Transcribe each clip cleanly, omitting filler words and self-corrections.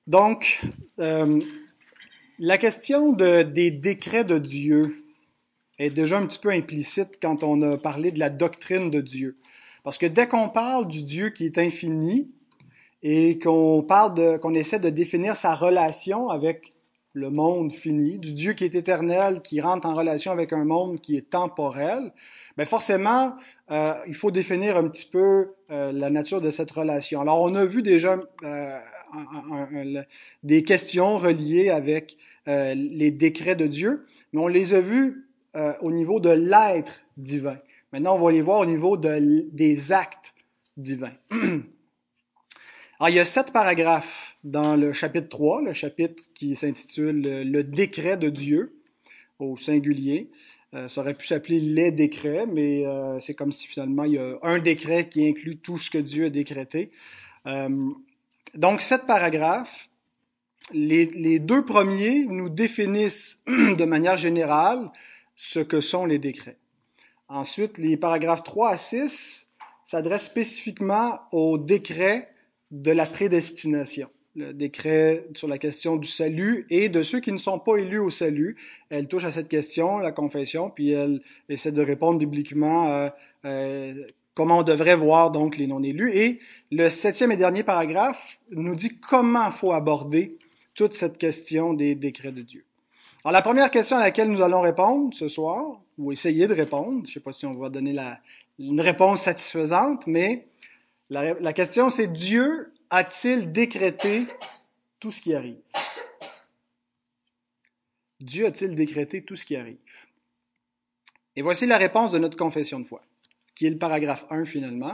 Donc, euh, la question des décrets de Dieu est déjà un petit peu implicite quand on a parlé de la doctrine de Dieu. Parce que dès qu'on parle du Dieu qui est infini et qu'on essaie de définir sa relation avec le monde fini, du Dieu qui est éternel, qui rentre en relation avec un monde qui est temporel, ben forcément, il faut définir un petit peu la nature de cette relation. Alors, on a vu déjà des questions reliées avec les décrets de Dieu, mais on les a vus au niveau de l'être divin. Maintenant, on va les voir au niveau des actes divins. Alors, il y a 7 paragraphes dans le chapitre 3, le chapitre qui s'intitule Le décret de Dieu, au singulier. Ça aurait pu s'appeler les décrets, mais c'est comme si finalement il y a un décret qui inclut tout ce que Dieu a décrété. Euh, donc, 7 paragraphes. Les deux premiers nous définissent de manière générale ce que sont les décrets. Ensuite, les paragraphes 3 à 6 s'adressent spécifiquement aux décrets de la prédestination, le décret sur la question du salut et de ceux qui ne sont pas élus au salut. Elle touche à cette question, la confession, puis elle essaie de répondre bibliquement comment on devrait voir donc les non-élus. Et le 7e et dernier paragraphe nous dit comment il faut aborder toute cette question des décrets de Dieu. Alors, la première question à laquelle nous allons répondre ce soir, ou essayer de répondre, je ne sais pas si on va donner une réponse satisfaisante, mais la question c'est Dieu a-t-il décrété tout ce qui arrive? Dieu a-t-il décrété tout ce qui arrive? Et voici la réponse de notre confession de foi, qui est le paragraphe 1 finalement.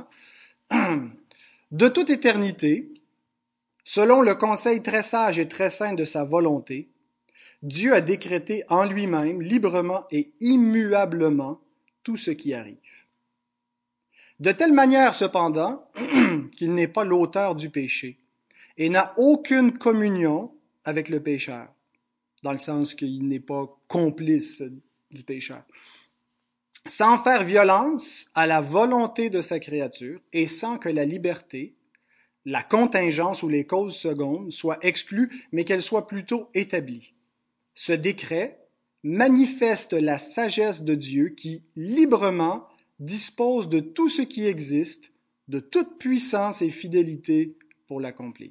De toute éternité, selon le conseil très sage et très saint de sa volonté, Dieu a décrété en lui-même, librement et immuablement, tout ce qui arrive. De telle manière, cependant, qu'il n'est pas l'auteur du péché et n'a aucune communion avec le pécheur, dans le sens qu'il n'est pas complice du pécheur, sans faire violence à la volonté de sa créature et sans que la liberté, la contingence ou les causes secondes soient exclues, mais qu'elles soient plutôt établies. Ce décret manifeste la sagesse de Dieu qui, librement, dispose de tout ce qui existe, de toute puissance et fidélité pour l'accomplir.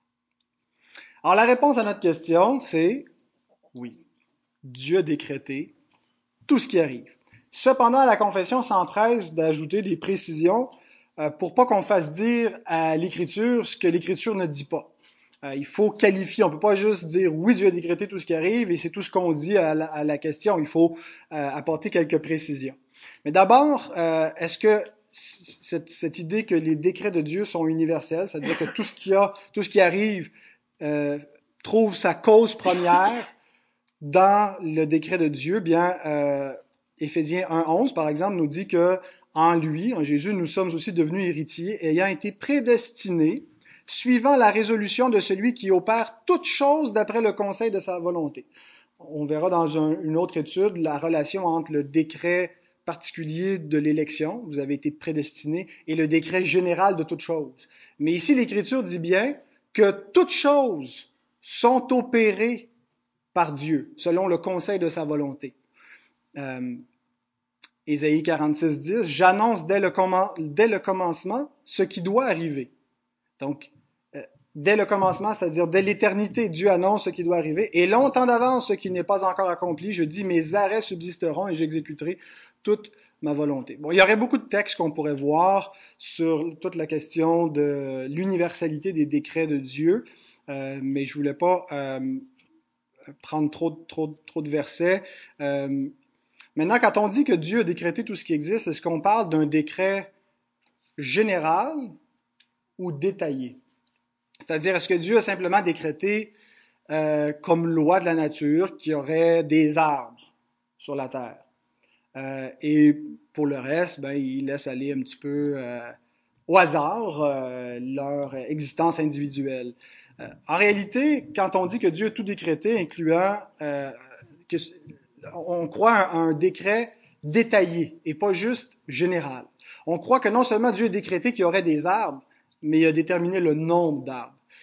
Alors la réponse à notre question, c'est oui. Dieu a décrété tout ce qui arrive. Cependant, la confession s'empresse d'ajouter des précisions pour pas qu'on fasse dire à l'Écriture ce que l'Écriture ne dit pas. Il faut qualifier. On ne peut pas juste dire oui, Dieu a décrété tout ce qui arrive et c'est tout ce qu'on dit à la question. Il faut apporter quelques précisions. Mais d'abord, est-ce que cette idée que les décrets de Dieu sont universels, c'est-à-dire que tout ce qui arrive trouve sa cause première dans le décret de Dieu, bien, Éphésiens 1:11, par exemple, nous dit que en lui, en Jésus, nous sommes aussi devenus héritiers, ayant été prédestinés, suivant la résolution de celui qui opère toutes choses d'après le conseil de sa volonté. On verra dans une autre étude la relation entre le décret particulier de l'élection, vous avez été prédestinés, et le décret général de toutes choses. Mais ici, l'Écriture dit bien que toutes choses sont opérées par Dieu, selon le conseil de sa volonté. Ésaïe 46:10, j'annonce dès le commencement ce qui doit arriver. Donc, dès le commencement, c'est-à-dire dès l'éternité, Dieu annonce ce qui doit arriver, et longtemps d'avance ce qui n'est pas encore accompli, je dis mes arrêts subsisteront et j'exécuterai toute ma volonté. Bon, il y aurait beaucoup de textes qu'on pourrait voir sur toute la question de l'universalité des décrets de Dieu, mais je voulais pas prendre trop de versets. Maintenant, quand on dit que Dieu a décrété tout ce qui existe, est-ce qu'on parle d'un décret général ou détaillé? C'est-à-dire, est-ce que Dieu a simplement décrété comme loi de la nature qu'il y aurait des arbres sur la terre? Et pour le reste, ben, il laisse aller un petit peu au hasard leur existence individuelle. En réalité, quand on dit que Dieu a tout décrété, incluant que on croit à un décret détaillé et pas juste général. On croit que non seulement Dieu a décrété qu'il y aurait des arbres, mais il a déterminé le nombre d'arbres.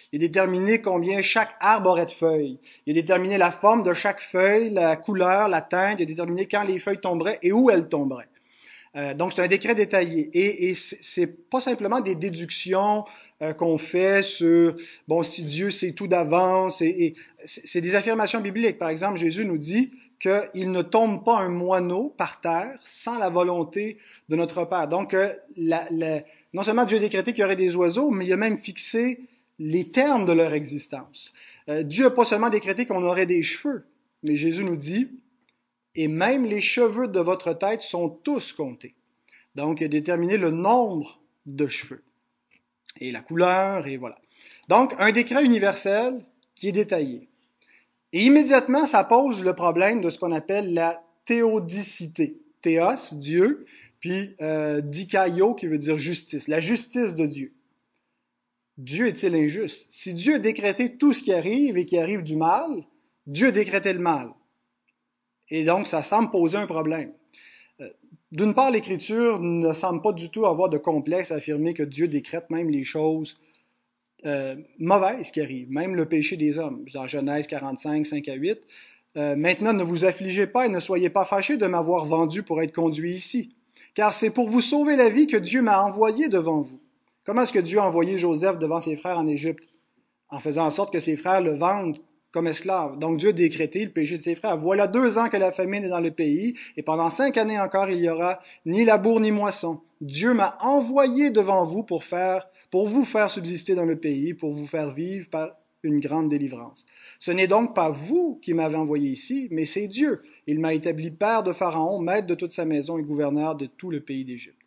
Il a déterminé combien chaque arbre aurait de feuilles. Il a déterminé la forme de chaque feuille, la couleur, la teinte. Il a déterminé quand les feuilles tomberaient et où elles tomberaient. Donc, c'est un décret détaillé. Et c'est pas simplement des déductions qu'on fait sur, bon, si Dieu sait tout d'avance. Et c'est des affirmations bibliques. Par exemple, Jésus nous dit qu'il ne tombe pas un moineau par terre sans la volonté de notre Père. Donc, non seulement Dieu a décrété qu'il y aurait des oiseaux, mais il a même fixé les termes de leur existence. Dieu n'a pas seulement décrété qu'on aurait des cheveux, mais Jésus nous dit, et même les cheveux de votre tête sont tous comptés. Donc, il a déterminé le nombre de cheveux et la couleur, et voilà. Donc, un décret universel qui est détaillé. Et immédiatement, ça pose le problème de ce qu'on appelle la théodicité. Théos, Dieu, puis dikaio, qui veut dire justice, la justice de Dieu. Dieu est-il injuste? Si Dieu a décrété tout ce qui arrive et qui arrive du mal, Dieu a décrété le mal. Et donc, ça semble poser un problème. D'une part, l'Écriture ne semble pas du tout avoir de complexe à affirmer que Dieu décrète même les choses mauvaises qui arrivent, même le péché des hommes. Dans Genèse 45, 5 à 8, maintenant, ne vous affligez pas et ne soyez pas fâchés de m'avoir vendu pour être conduit ici, car c'est pour vous sauver la vie que Dieu m'a envoyé devant vous. Comment est-ce que Dieu a envoyé Joseph devant ses frères en Égypte? En faisant en sorte que ses frères le vendent comme esclave. Donc Dieu a décrété le péché de ses frères. Voilà 2 ans que la famine est dans le pays, et pendant 5 années encore, il n'y aura ni labour ni moisson. Dieu m'a envoyé devant vous pour vous faire subsister dans le pays, pour vous faire vivre par une grande délivrance. Ce n'est donc pas vous qui m'avez envoyé ici, mais c'est Dieu. Il m'a établi père de Pharaon, maître de toute sa maison et gouverneur de tout le pays d'Égypte.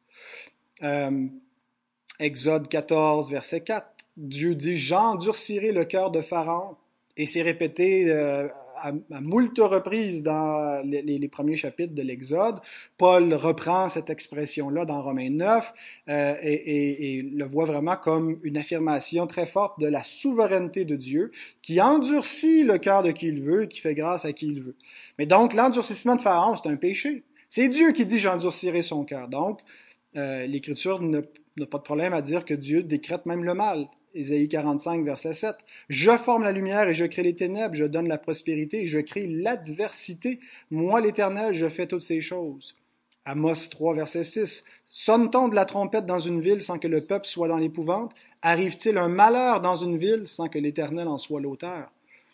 Exode 14, verset 4. Dieu dit, j'endurcirai le cœur de Pharaon. Et c'est répété à moult reprises dans les premiers chapitres de l'Exode. Paul reprend cette expression-là dans Romains 9 et le voit vraiment comme une affirmation très forte de la souveraineté de Dieu qui endurcit le cœur de qui il veut et qui fait grâce à qui il veut. Mais donc, l'endurcissement de Pharaon, c'est un péché. C'est Dieu qui dit « j'endurcirai son cœur ». Donc, l'Écriture n'a pas de problème à dire que Dieu décrète même le mal. Ésaïe 45, verset 7. Je forme la lumière et je crée les ténèbres, je donne la prospérité et je crée l'adversité. Moi, l'Éternel, je fais toutes ces choses. Amos 3, verset 6. Sonne-t-on de la trompette dans une ville sans que le peuple soit dans l'épouvante? Arrive-t-il un malheur dans une ville sans que l'Éternel en soit l'auteur?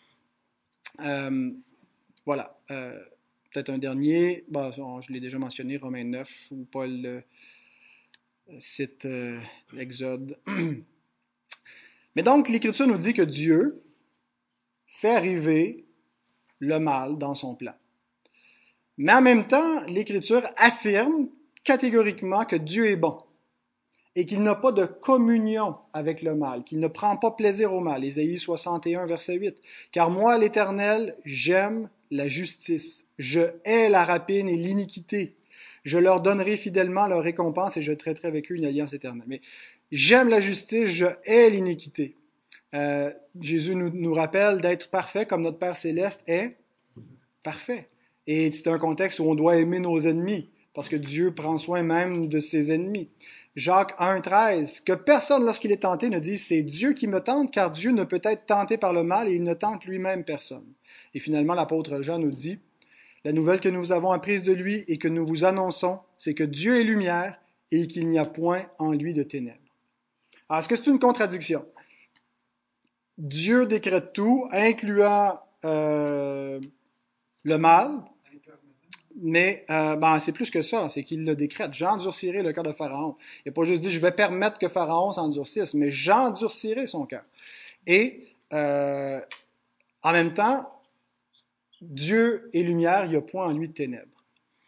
Voilà. Peut-être un dernier. Bon, je l'ai déjà mentionné, Romains 9, où Paul cite l'Exode. Mais donc, l'Écriture nous dit que Dieu fait arriver le mal dans son plan. Mais en même temps, l'Écriture affirme catégoriquement que Dieu est bon et qu'il n'a pas de communion avec le mal, qu'il ne prend pas plaisir au mal. Ésaïe 61, verset 8. Car moi, l'Éternel, j'aime la justice. Je hais la rapine et l'iniquité. Je leur donnerai fidèlement leur récompense et je traiterai avec eux une alliance éternelle. Mais j'aime la justice, je hais l'iniquité. Jésus nous rappelle d'être parfait comme notre Père céleste est parfait. Et c'est un contexte où on doit aimer nos ennemis, parce que Dieu prend soin même de ses ennemis. Jacques 1, 13. Que personne, lorsqu'il est tenté, ne dise « c'est Dieu qui me tente », car Dieu ne peut être tenté par le mal et il ne tente lui-même personne. Et finalement, l'apôtre Jean nous dit « La nouvelle que nous avons apprise de lui et que nous vous annonçons, c'est que Dieu est lumière et qu'il n'y a point en lui de ténèbres. » Alors, est-ce que c'est une contradiction? Dieu décrète tout, incluant le mal, mais c'est plus que ça, c'est qu'il le décrète. J'endurcirai le cœur de Pharaon. Il n'a pas juste dit, je vais permettre que Pharaon s'endurcisse, mais j'endurcirai son cœur. Et en même temps, Dieu est lumière, il n'y a point en lui de ténèbres.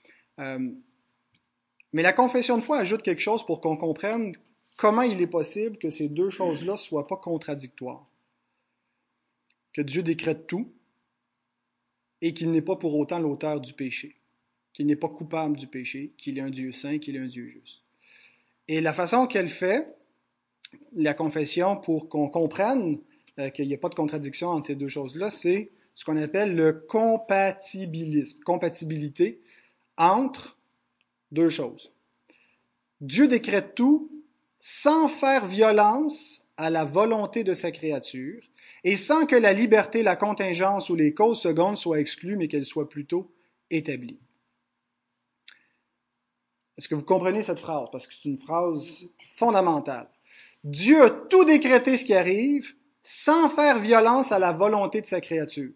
Mais la confession de foi ajoute quelque chose pour qu'on comprenne comment il est possible que ces deux choses-là ne soient pas contradictoires. Que Dieu décrète tout et qu'il n'est pas pour autant l'auteur du péché, qu'il n'est pas coupable du péché, qu'il est un Dieu saint, qu'il est un Dieu juste. Et la façon qu'elle fait, la confession, pour qu'on comprenne qu'il n'y a pas de contradiction entre ces deux choses-là, c'est ce qu'on appelle le compatibilisme, compatibilité entre deux choses. Dieu décrète tout sans faire violence à la volonté de sa créature, et sans que la liberté, la contingence ou les causes secondes soient exclues, mais qu'elles soient plutôt établies. Est-ce que vous comprenez cette phrase? Parce que c'est une phrase fondamentale. Dieu a tout décrété ce qui arrive sans faire violence à la volonté de sa créature.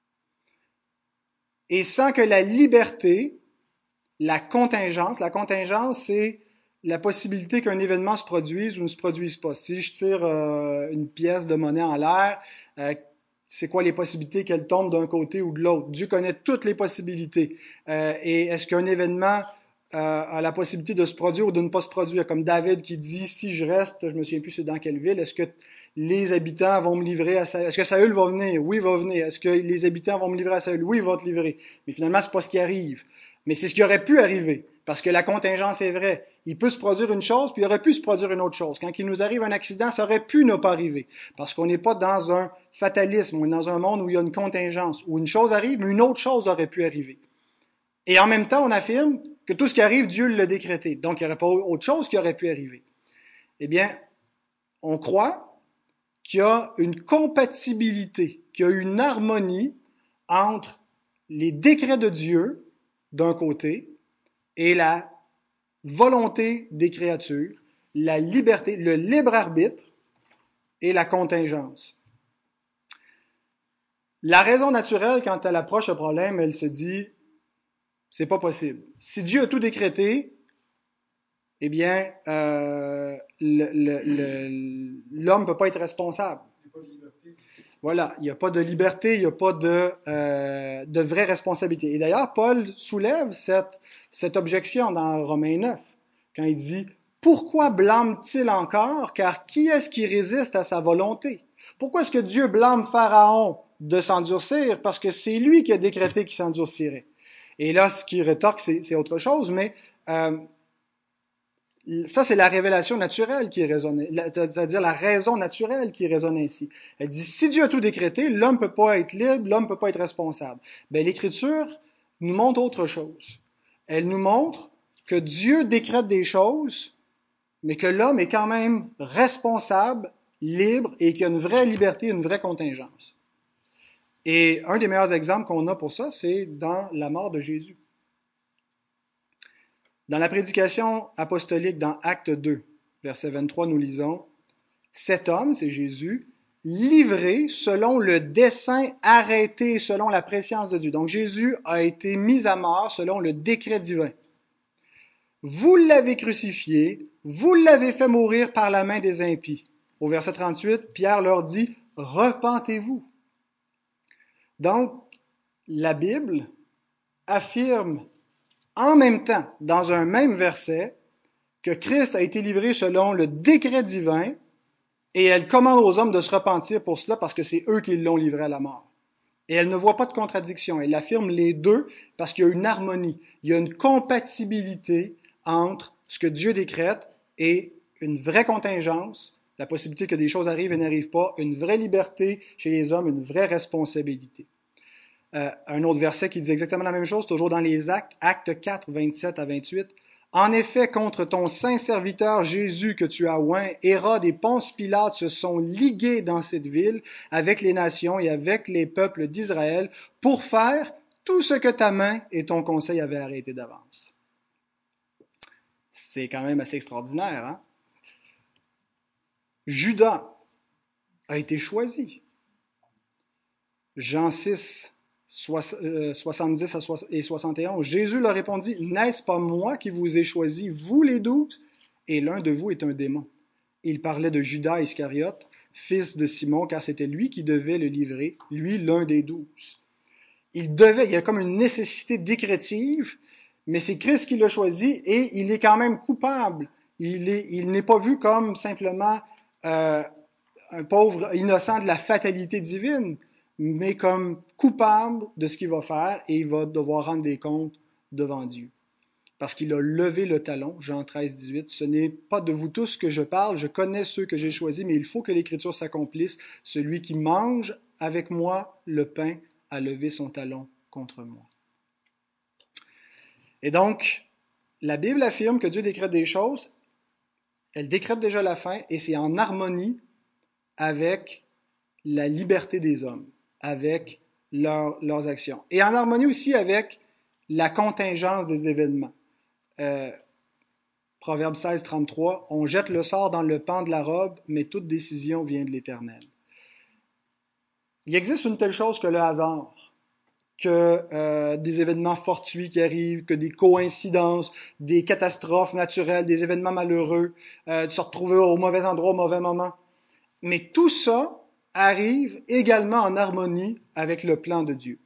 Et sans que la liberté, la contingence, c'est la possibilité qu'un événement se produise ou ne se produise pas. Si je tire une pièce de monnaie en l'air, c'est quoi les possibilités qu'elle tombe d'un côté ou de l'autre? Dieu connaît toutes les possibilités. Et est-ce qu'un événement a la possibilité de se produire ou de ne pas se produire? Comme David qui dit, si je reste, je me souviens plus c'est dans quelle ville, est-ce que les habitants vont me livrer à Saül? Est-ce que Saül va venir? Oui, il va venir. Est-ce que les habitants vont me livrer à Saül? Oui, il va te livrer. Mais finalement, c'est pas ce qui arrive. Mais c'est ce qui aurait pu arriver. Parce que la contingence est vraie. Il peut se produire une chose, puis il aurait pu se produire une autre chose. Quand il nous arrive un accident, ça aurait pu ne pas arriver. Parce qu'on n'est pas dans un fatalisme, on est dans un monde où il y a une contingence, où une chose arrive, mais une autre chose aurait pu arriver. Et en même temps, on affirme que tout ce qui arrive, Dieu l'a décrété. Donc, il n'y aurait pas autre chose qui aurait pu arriver. Eh bien, on croit qu'il y a une compatibilité, qu'il y a une harmonie entre les décrets de Dieu, d'un côté, et la volonté des créatures, la liberté, le libre arbitre et la contingence. La raison naturelle, quand elle approche le problème, elle se dit, c'est pas possible. Si Dieu a tout décrété, eh bien, l'homme ne peut pas être responsable. Voilà, il n'y a pas de liberté, il n'y a pas de vraie responsabilité. Et d'ailleurs, Paul soulève cette objection dans Romains 9, quand il dit « Pourquoi blâme-t-il encore? Car qui est-ce qui résiste à sa volonté? » Pourquoi est-ce que Dieu blâme Pharaon de s'endurcir? Parce que c'est lui qui a décrété qu'il s'endurcirait. Et là, ce qu'il rétorque, c'est autre chose, mais ça, c'est la révélation naturelle qui résonne, c'est-à-dire la raison naturelle qui résonne ainsi. Elle dit, si Dieu a tout décrété, l'homme peut pas être libre, l'homme peut pas être responsable. Ben, l'Écriture nous montre autre chose. Elle nous montre que Dieu décrète des choses, mais que l'homme est quand même responsable, libre, et qu'il y a une vraie liberté, une vraie contingence. Et un des meilleurs exemples qu'on a pour ça, c'est dans la mort de Jésus. Dans la prédication apostolique dans Acte 2, verset 23, nous lisons « Cet homme, c'est Jésus, livré selon le dessein arrêté selon la prescience de Dieu. » Donc Jésus a été mis à mort selon le décret divin. « Vous l'avez crucifié, vous l'avez fait mourir par la main des impies. » Au verset 38, Pierre leur dit « Repentez-vous. » Donc, la Bible affirme en même temps, dans un même verset, que Christ a été livré selon le décret divin et elle commande aux hommes de se repentir pour cela parce que c'est eux qui l'ont livré à la mort. Et elle ne voit pas de contradiction. Elle affirme les deux parce qu'il y a une harmonie, il y a une compatibilité entre ce que Dieu décrète et une vraie contingence, la possibilité que des choses arrivent et n'arrivent pas, une vraie liberté chez les hommes, une vraie responsabilité. Un autre verset qui dit exactement la même chose, toujours dans les Actes, Acte 4, 27 à 28. « En effet, contre ton saint serviteur Jésus que tu as oint, Hérode et Ponce Pilate se sont ligués dans cette ville avec les nations et avec les peuples d'Israël pour faire tout ce que ta main et ton conseil avaient arrêté d'avance. » C'est quand même assez extraordinaire, hein? Judas a été choisi. Jean 6, 70 et 71. Jésus leur répondit, « N'est-ce pas moi qui vous ai choisi, vous les 12? Et l'un de vous est un démon. » Il parlait de Judas Iscariote, fils de Simon, car c'était lui qui devait le livrer, lui l'un des 12. Il y a comme une nécessité décrétive, mais c'est Christ qui l'a choisi et il est quand même coupable. Il n'est pas vu comme simplement un pauvre innocent de la fatalité divine, mais comme coupable de ce qu'il va faire et il va devoir rendre des comptes devant Dieu. Parce qu'il a levé le talon, Jean 13, 18, « Ce n'est pas de vous tous que je parle, je connais ceux que j'ai choisis, mais il faut que l'Écriture s'accomplisse. Celui qui mange avec moi le pain a levé son talon contre moi. » Et donc, la Bible affirme que Dieu décrète des choses, elle décrète déjà la fin, et c'est en harmonie avec la liberté des hommes, avec leurs actions. Et en harmonie aussi avec la contingence des événements. Proverbe 16, 33, on jette le sort dans le pan de la robe, mais toute décision vient de l'Éternel. Il existe une telle chose que le hasard, que des événements fortuits qui arrivent, que des coïncidences, des catastrophes naturelles, des événements malheureux, de se retrouver au mauvais endroit au mauvais moment. Mais tout ça arrive également en harmonie avec le plan de Dieu.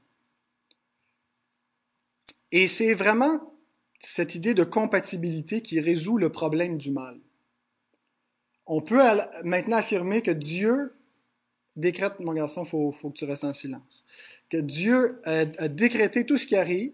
Et c'est vraiment cette idée de compatibilité qui résout le problème du mal. On peut maintenant affirmer que Dieu décrète, mon garçon, faut que tu restes en silence, que Dieu a décrété tout ce qui arrive,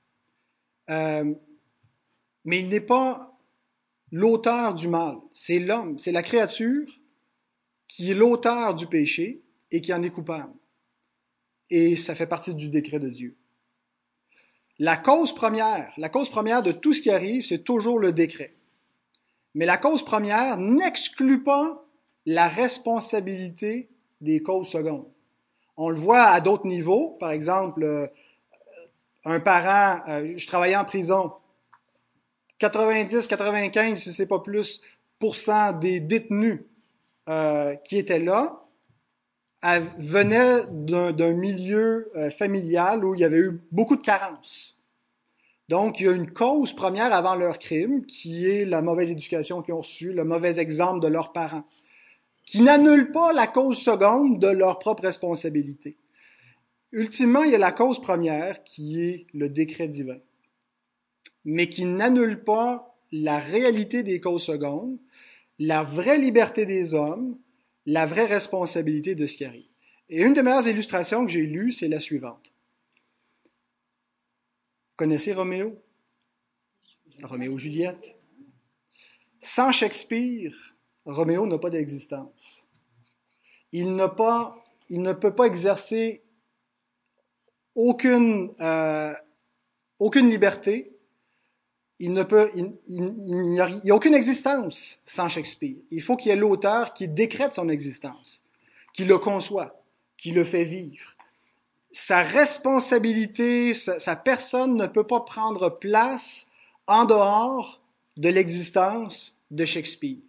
mais il n'est pas l'auteur du mal. C'est l'homme, c'est la créature qui est l'auteur du péché et qui en est coupable. Et ça fait partie du décret de Dieu. La cause première de tout ce qui arrive, c'est toujours le décret. Mais la cause première n'exclut pas la responsabilité des causes secondes. On le voit à d'autres niveaux. Par exemple, un parent, je travaillais en prison, 90, 95, si c'est pas plus, % des détenus qui étaient là venaient d'un milieu familial où il y avait eu beaucoup de carences. Donc, il y a une cause première avant leur crime, qui est la mauvaise éducation qu'ils ont reçue, le mauvais exemple de leurs parents, qui n'annule pas la cause seconde de leur propre responsabilité. Ultimement, il y a la cause première, qui est le décret divin, mais qui n'annule pas la réalité des causes secondes, la vraie liberté des hommes, la vraie responsabilité de ce qui arrive. Et une des meilleures illustrations que j'ai lues, c'est la suivante. Vous connaissez Roméo? Roméo-Juliette. Sans Shakespeare, Roméo n'a pas d'existence. Il ne peut pas exercer aucune liberté. Il n'y a aucune existence sans Shakespeare. Il faut qu'il y ait l'auteur qui décrète son existence, qui le conçoit, qui le fait vivre. Sa responsabilité, sa personne ne peut pas prendre place en dehors de l'existence de Shakespeare.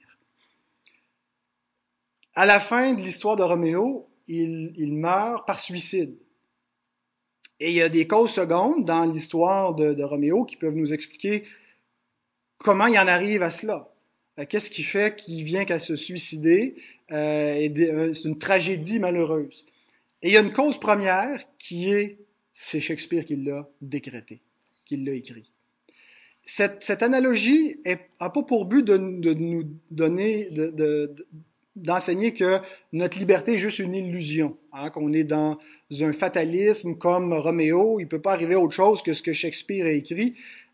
À la fin de l'histoire de Roméo, il meurt par suicide. Et il y a des causes secondes dans l'histoire de Roméo qui peuvent nous expliquer comment il en arrive à cela. Qu'est-ce qui fait qu'il vient qu'à se suicider? C'est une tragédie malheureuse. Et il y a une cause première c'est Shakespeare qui l'a décrété, qui l'a écrit. Cette analogie n'a pas pour but de nous donner, d'enseigner que notre liberté est juste une illusion, qu'on est dans un fatalisme comme Roméo, il ne peut pas arriver à autre chose que ce que Shakespeare a écrit.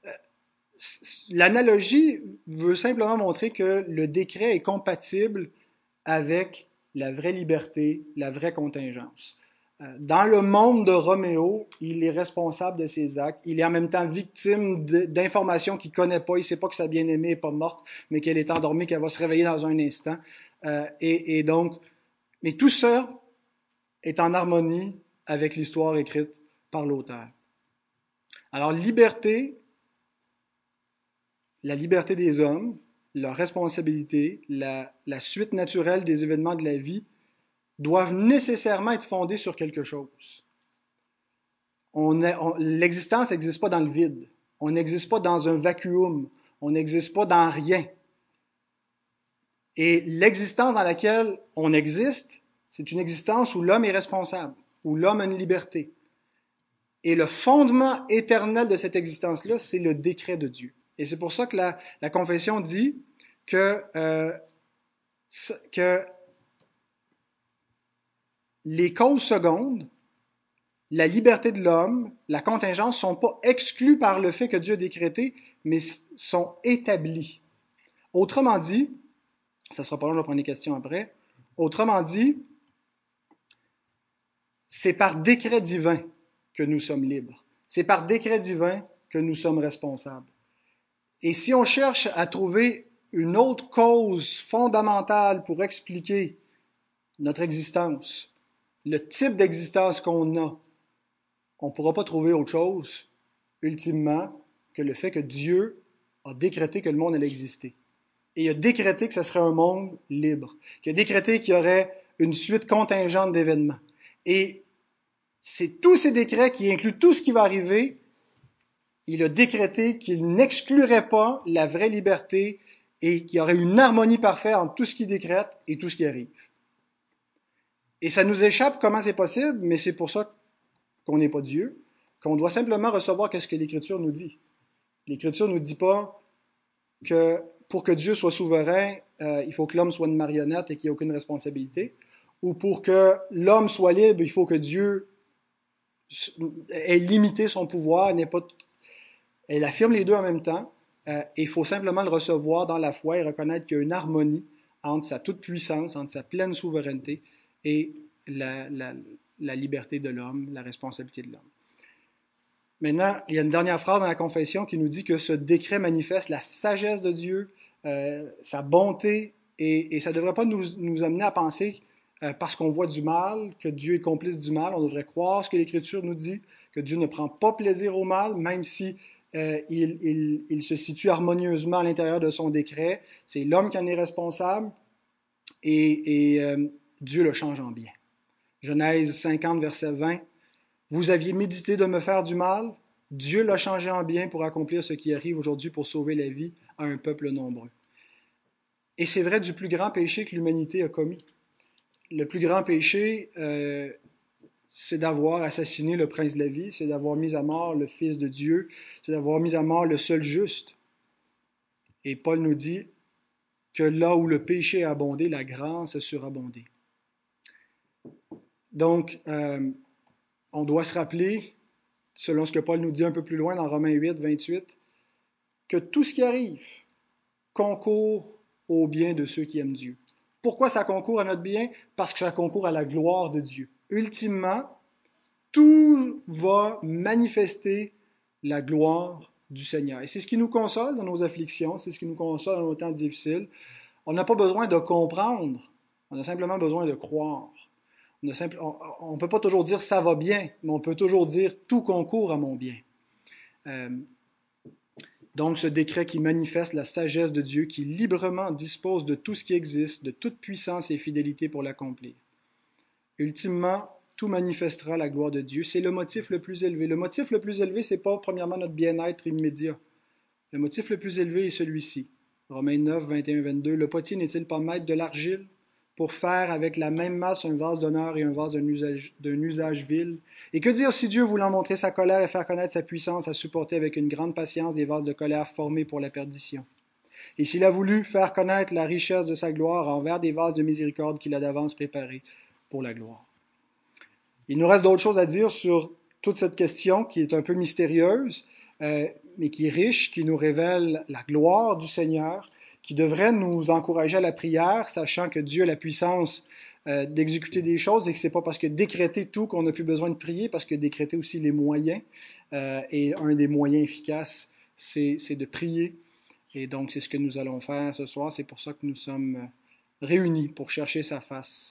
L'analogie veut simplement montrer que le décret est compatible avec la vraie liberté, la vraie contingence. Dans le monde de Roméo, il est responsable de ses actes. Il est en même temps victime d'informations qu'il ne connaît pas. Il ne sait pas que sa bien-aimée n'est pas morte, mais qu'elle est endormie, qu'elle va se réveiller dans un instant. Mais tout ça est en harmonie avec l'histoire écrite par l'auteur. Alors, la liberté des hommes, leur responsabilité, la suite naturelle des événements de la vie doivent nécessairement être fondées sur quelque chose. L'existence n'existe pas dans le vide. On n'existe pas dans un vacuum. On n'existe pas dans rien. Et l'existence dans laquelle on existe, c'est une existence où l'homme est responsable, où l'homme a une liberté. Et le fondement éternel de cette existence-là, c'est le décret de Dieu. Et c'est pour ça que la confession dit que les causes secondes, la liberté de l'homme, la contingence, ne sont pas exclues par le fait que Dieu a décrété, mais sont établies. Autrement dit, ça sera pas long, je vais prendre des questions après. Autrement dit, c'est par décret divin que nous sommes libres. C'est par décret divin que nous sommes responsables. Et si on cherche à trouver une autre cause fondamentale pour expliquer notre existence, le type d'existence qu'on a, on ne pourra pas trouver autre chose, ultimement, que le fait que Dieu a décrété que le monde allait exister. Et il a décrété que ce serait un monde libre, qu'il a décrété qu'il y aurait une suite contingente d'événements. Et c'est tous ces décrets qui incluent tout ce qui va arriver. Il a décrété qu'il n'exclurait pas la vraie liberté et qu'il y aurait une harmonie parfaite entre tout ce qu'il décrète et tout ce qui arrive. Et ça nous échappe comment c'est possible, mais c'est pour ça qu'on n'est pas Dieu, qu'on doit simplement recevoir ce que l'Écriture nous dit. L'Écriture ne nous dit pas que pour que Dieu soit souverain, il faut que l'homme soit une marionnette et qu'il n'y ait aucune responsabilité, ou pour que l'homme soit libre, il faut que Dieu ait limité son pouvoir, n'ait pas... Elle affirme les deux en même temps, et il faut simplement le recevoir dans la foi et reconnaître qu'il y a une harmonie entre sa toute-puissance, entre sa pleine souveraineté et la liberté de l'homme, la responsabilité de l'homme. Maintenant, il y a une dernière phrase dans la confession qui nous dit que ce décret manifeste la sagesse de Dieu, sa bonté, et ça ne devrait pas nous amener à penser, parce qu'on voit du mal, que Dieu est complice du mal. On devrait croire ce que l'Écriture nous dit, que Dieu ne prend pas plaisir au mal, même si il se situe harmonieusement à l'intérieur de son décret. C'est l'homme qui en est responsable, et Dieu le change en bien. Genèse 50, verset 20. Vous aviez médité de me faire du mal, Dieu l'a changé en bien pour accomplir ce qui arrive aujourd'hui pour sauver la vie à un peuple nombreux. Et c'est vrai du plus grand péché que l'humanité a commis. Le plus grand péché, c'est d'avoir assassiné le prince de la vie, c'est d'avoir mis à mort le Fils de Dieu, c'est d'avoir mis à mort le seul juste. Et Paul nous dit que là où le péché a abondé, la grâce a surabondé. Donc, on doit se rappeler, selon ce que Paul nous dit un peu plus loin dans Romains 8, 28, que tout ce qui arrive concourt au bien de ceux qui aiment Dieu. Pourquoi ça concourt à notre bien? Parce que ça concourt à la gloire de Dieu. Ultimement, tout va manifester la gloire du Seigneur. Et c'est ce qui nous console dans nos afflictions, c'est ce qui nous console dans nos temps difficiles. On n'a pas besoin de comprendre, on a simplement besoin de croire. On ne peut pas toujours dire ça va bien, mais on peut toujours dire tout concourt à mon bien. Donc ce décret qui manifeste la sagesse de Dieu, qui librement dispose de tout ce qui existe, de toute puissance et fidélité pour l'accomplir. Ultimement, tout manifestera la gloire de Dieu. C'est le motif le plus élevé. Le motif le plus élevé, ce n'est pas premièrement notre bien-être immédiat. Le motif le plus élevé est celui-ci. Romains 9, 21, 22. Le potier n'est-il pas maître de l'argile pour faire avec la même masse un vase d'honneur et un vase d'un usage vil? Et que dire si Dieu, voulant montrer sa colère et faire connaître sa puissance, a supporté avec une grande patience des vases de colère formés pour la perdition? Et s'il a voulu faire connaître la richesse de sa gloire envers des vases de miséricorde qu'il a d'avance préparés pour la gloire. Il nous reste d'autres choses à dire sur toute cette question qui est un peu mystérieuse, mais qui est riche, qui nous révèle la gloire du Seigneur, qui devrait nous encourager à la prière, sachant que Dieu a la puissance d'exécuter des choses et que ce n'est pas parce que décréter tout qu'on n'a plus besoin de prier, parce que décréter aussi les moyens. Et un des moyens efficaces, c'est de prier. Et donc, c'est ce que nous allons faire ce soir. C'est pour ça que nous sommes réunis, pour chercher sa face.